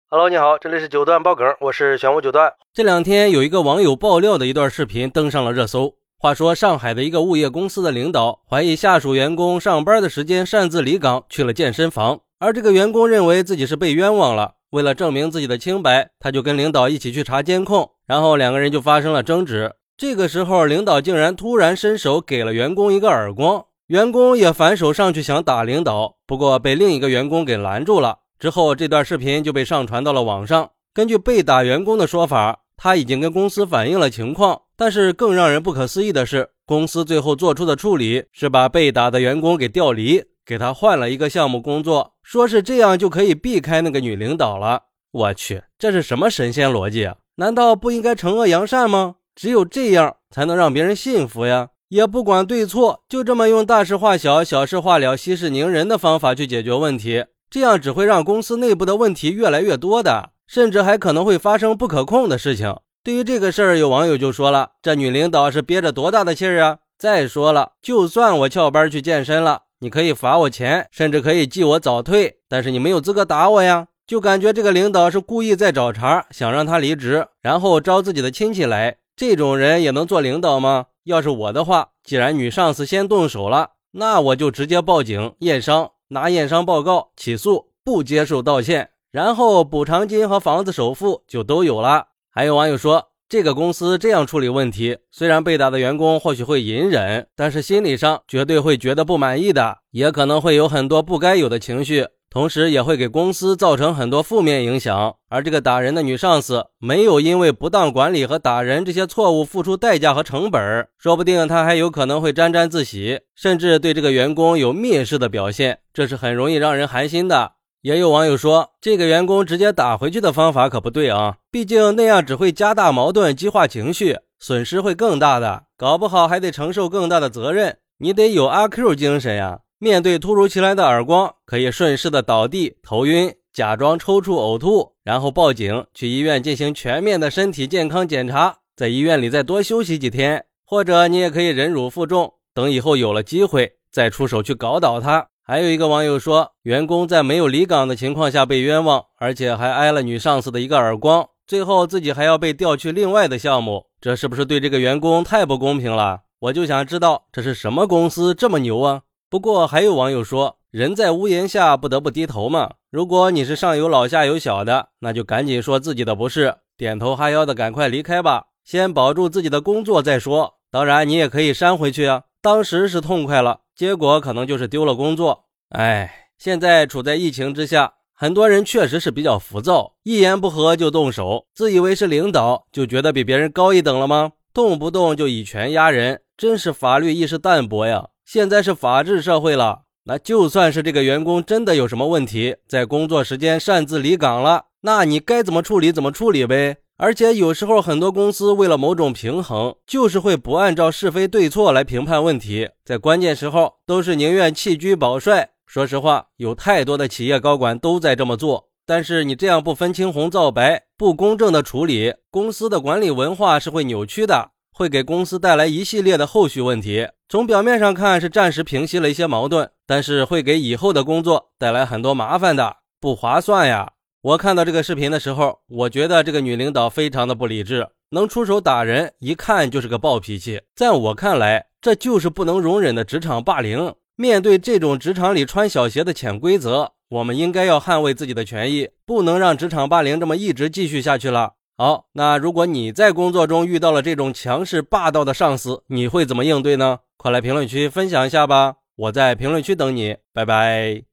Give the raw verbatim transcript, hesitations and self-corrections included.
Hello， 你好，这里是九段爆梗，我是玄武九段。 这两天有一个网友爆料的一段视频登上了热搜。话说上海的一个物业公司的领导怀疑下属员工上班的时间擅自离岗去了健身房，而这个员工认为自己是被冤枉了，为了证明自己的清白，他就跟领导一起去查监控，然后两个人就发生了争执。这个时候领导竟然突然伸手给了员工一个耳光，员工也反手上去想打领导，不过被另一个员工给拦住了。之后这段视频就被上传到了网上。根据被打员工的说法，他已经跟公司反映了情况，但是更让人不可思议的是，公司最后做出的处理是把被打的员工给调离，给他换了一个项目工作，说是这样就可以避开那个女领导了。我去，这是什么神仙逻辑啊？难道不应该惩恶扬善吗？只有这样才能让别人信服呀，也不管对错，就这么用大事化小、小事化了、息事宁人的方法去解决问题，这样只会让公司内部的问题越来越多的，甚至还可能会发生不可控的事情。对于这个事儿，有网友就说了，这女领导是憋着多大的气儿啊？再说了，就算我翘班去健身了，你可以罚我钱，甚至可以记我早退，但是你没有资格打我呀。就感觉这个领导是故意在找茬，想让他离职，然后招自己的亲戚来。这种人也能做领导吗？要是我的话，既然女上司先动手了，那我就直接报警验伤，拿验伤报告起诉，不接受道歉，然后补偿金和房子首付就都有了。还有网友说，这个公司这样处理问题，虽然被打的员工或许会隐忍，但是心理上绝对会觉得不满意的，也可能会有很多不该有的情绪，同时也会给公司造成很多负面影响。而这个打人的女上司没有因为不当管理和打人这些错误付出代价和成本，说不定她还有可能会沾沾自喜，甚至对这个员工有蔑视的表现，这是很容易让人寒心的。也有网友说，这个员工直接打回去的方法可不对啊，毕竟那样只会加大矛盾，激化情绪，损失会更大的，搞不好还得承受更大的责任。你得有阿 Q 精神呀，面对突如其来的耳光，可以顺势的倒地头晕，假装抽搐呕吐，然后报警，去医院进行全面的身体健康检查，在医院里再多休息几天，或者你也可以忍辱负重，等以后有了机会再出手去搞倒他。还有一个网友说，员工在没有离岗的情况下被冤枉，而且还挨了女上司的一个耳光，最后自己还要被调去另外的项目，这是不是对这个员工太不公平了？我就想知道这是什么公司这么牛啊？不过还有网友说，人在屋檐下不得不低头嘛，如果你是上有老下有小的，那就赶紧说自己的不是，点头哈腰的赶快离开吧，先保住自己的工作再说。当然你也可以删回去啊，当时是痛快了，结果可能就是丢了工作。哎，现在处在疫情之下，很多人确实是比较浮躁，一言不合就动手，自以为是领导，就觉得比别人高一等了吗？动不动就以权压人，真是法律意识淡薄呀。现在是法治社会了，那就算是这个员工真的有什么问题，在工作时间擅自离岗了，那你该怎么处理怎么处理呗。而且有时候很多公司为了某种平衡，就是会不按照是非对错来评判问题，在关键时候都是宁愿弃车保帅。说实话，有太多的企业高管都在这么做，但是你这样不分青红皂白，不公正的处理，公司的管理文化是会扭曲的，会给公司带来一系列的后续问题。从表面上看是暂时平息了一些矛盾，但是会给以后的工作带来很多麻烦的，不划算呀。我看到这个视频的时候，我觉得这个女领导非常的不理智，能出手打人，一看就是个暴脾气。在我看来，这就是不能容忍的职场霸凌。面对这种职场里穿小鞋的潜规则，我们应该要捍卫自己的权益，不能让职场霸凌这么一直继续下去了。好，那如果你在工作中遇到了这种强势霸道的上司，你会怎么应对呢？快来评论区分享一下吧，我在评论区等你，拜拜。